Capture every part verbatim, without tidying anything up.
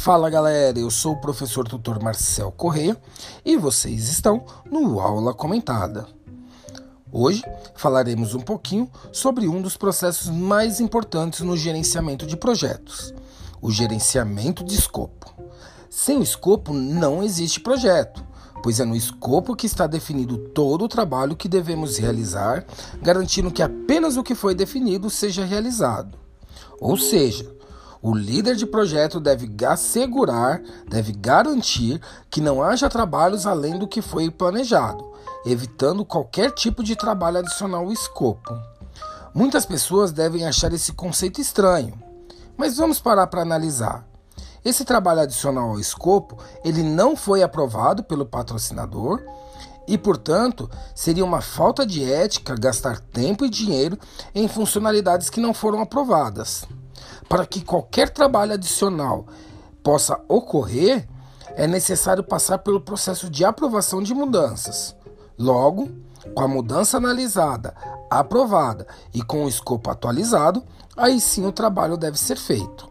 Fala galera, eu sou o professor tutor Marcel Correia e vocês estão no Aula Comentada. Hoje falaremos um pouquinho sobre um dos processos mais importantes no gerenciamento de projetos, o gerenciamento de escopo. Sem o escopo não existe projeto, pois é no escopo que está definido todo o trabalho que devemos realizar, garantindo que apenas o que foi definido seja realizado. Ou seja, o líder de projeto deve assegurar, deve garantir que não haja trabalhos além do que foi planejado, evitando qualquer tipo de trabalho adicional ao escopo. Muitas pessoas devem achar esse conceito estranho, mas vamos parar para analisar. Esse trabalho adicional ao escopo, ele não foi aprovado pelo patrocinador e, portanto, seria uma falta de ética gastar tempo e dinheiro em funcionalidades que não foram aprovadas. Para que qualquer trabalho adicional possa ocorrer, é necessário passar pelo processo de aprovação de mudanças. Logo, com a mudança analisada, aprovada e com o escopo atualizado, aí sim o trabalho deve ser feito.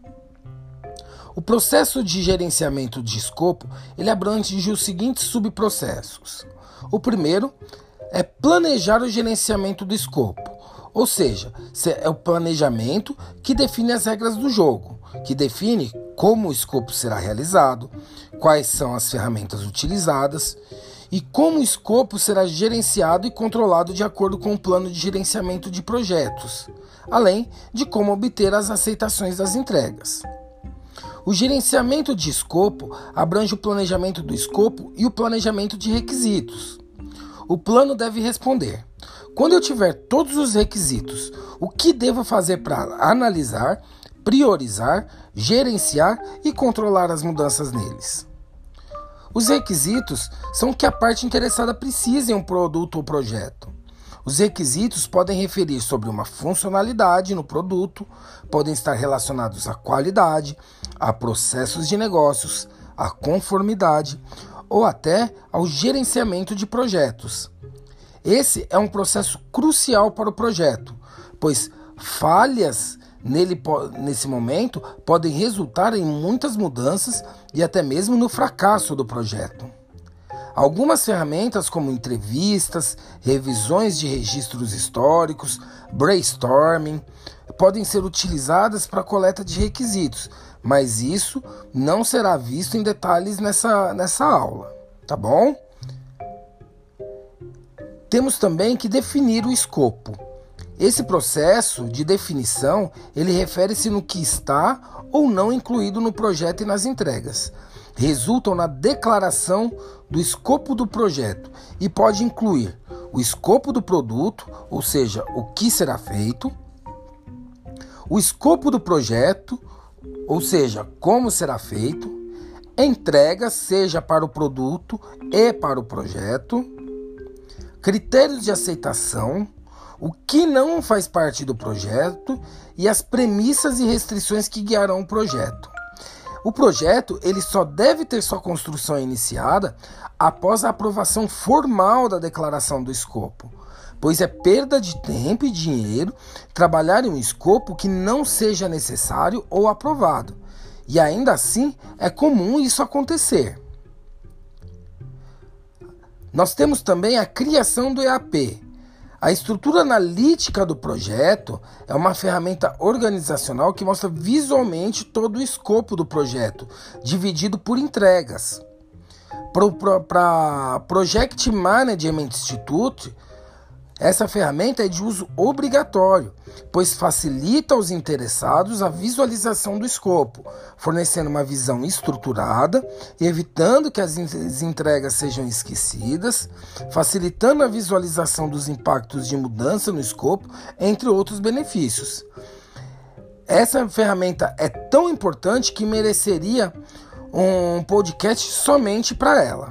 O processo de gerenciamento de escopo, ele abrange os seguintes subprocessos. O primeiro é planejar o gerenciamento do escopo. Ou seja, é o planejamento que define as regras do jogo, que define como o escopo será realizado, quais são as ferramentas utilizadas e como o escopo será gerenciado e controlado de acordo com o plano de gerenciamento de projetos, além de como obter as aceitações das entregas. O gerenciamento de escopo abrange o planejamento do escopo e o planejamento de requisitos. O plano deve responder: quando eu tiver todos os requisitos, o que devo fazer para analisar, priorizar, gerenciar e controlar as mudanças neles? Os requisitos são o que a parte interessada precisa em um produto ou projeto. Os requisitos podem referir sobre uma funcionalidade no produto, podem estar relacionados à qualidade, a processos de negócios, à conformidade ou até ao gerenciamento de projetos. Esse é um processo crucial para o projeto, pois falhas nele, nesse momento podem resultar em muitas mudanças e até mesmo no fracasso do projeto. Algumas ferramentas como entrevistas, revisões de registros históricos, brainstorming, podem ser utilizadas para a coleta de requisitos, mas isso não será visto em detalhes nessa, nessa aula, tá bom? Temos também que definir o escopo. Esse processo de definição, ele refere-se no que está ou não incluído no projeto e nas entregas. Resultam na declaração do escopo do projeto e pode incluir o escopo do produto, ou seja, o que será feito, o escopo do projeto, ou seja, como será feito, entregas, seja para o produto e para o projeto, critérios de aceitação, o que não faz parte do projeto e as premissas e restrições que guiarão o projeto. O projeto ele só deve ter sua construção iniciada após a aprovação formal da declaração do escopo, pois é perda de tempo e dinheiro trabalhar em um escopo que não seja necessário ou aprovado, e ainda assim é comum isso acontecer. Nós temos também a criação do E A P. A estrutura analítica do projeto é uma ferramenta organizacional que mostra visualmente todo o escopo do projeto, dividido por entregas. Para Project Management Institute, essa ferramenta é de uso obrigatório, pois facilita aos interessados a visualização do escopo, fornecendo uma visão estruturada, evitando que as entregas sejam esquecidas, facilitando a visualização dos impactos de mudança no escopo, entre outros benefícios. Essa ferramenta é tão importante que mereceria um podcast somente para ela.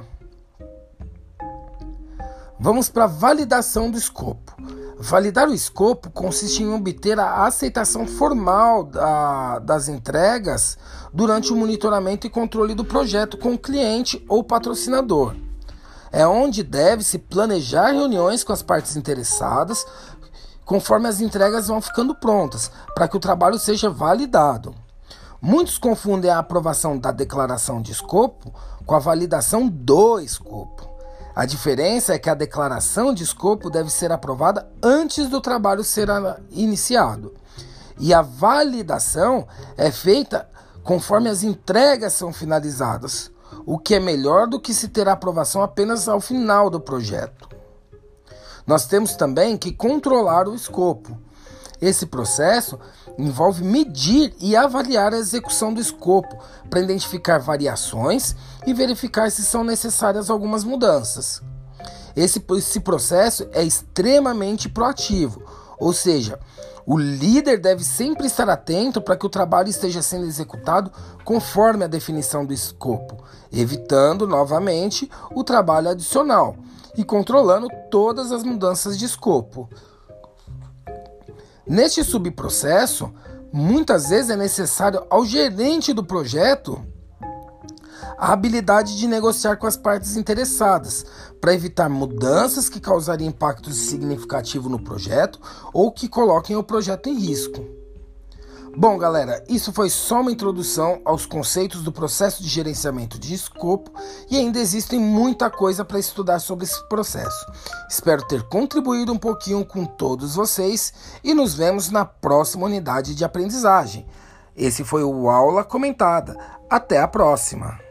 Vamos para a validação do escopo. Validar o escopo consiste em obter a aceitação formal da, das entregas durante o monitoramento e controle do projeto com o cliente ou patrocinador. É onde deve-se planejar reuniões com as partes interessadas, conforme as entregas vão ficando prontas, para que o trabalho seja validado. Muitos confundem a aprovação da declaração de escopo com a validação do escopo. A diferença é que a declaração de escopo deve ser aprovada antes do trabalho ser iniciado. E a validação é feita conforme as entregas são finalizadas, o que é melhor do que se ter a aprovação apenas ao final do projeto. Nós temos também que controlar o escopo. Esse processo envolve medir e avaliar a execução do escopo para identificar variações e verificar se são necessárias algumas mudanças. Esse, esse processo é extremamente proativo, ou seja, o líder deve sempre estar atento para que o trabalho esteja sendo executado conforme a definição do escopo, evitando novamente o trabalho adicional e controlando todas as mudanças de escopo. Neste subprocesso, muitas vezes é necessário ao gerente do projeto a habilidade de negociar com as partes interessadas para evitar mudanças que causariam impacto significativo no projeto ou que coloquem o projeto em risco. Bom, galera, isso foi só uma introdução aos conceitos do processo de gerenciamento de escopo e ainda existe muita coisa para estudar sobre esse processo. Espero ter contribuído um pouquinho com todos vocês e nos vemos na próxima unidade de aprendizagem. Esse foi o Aula Comentada. Até a próxima!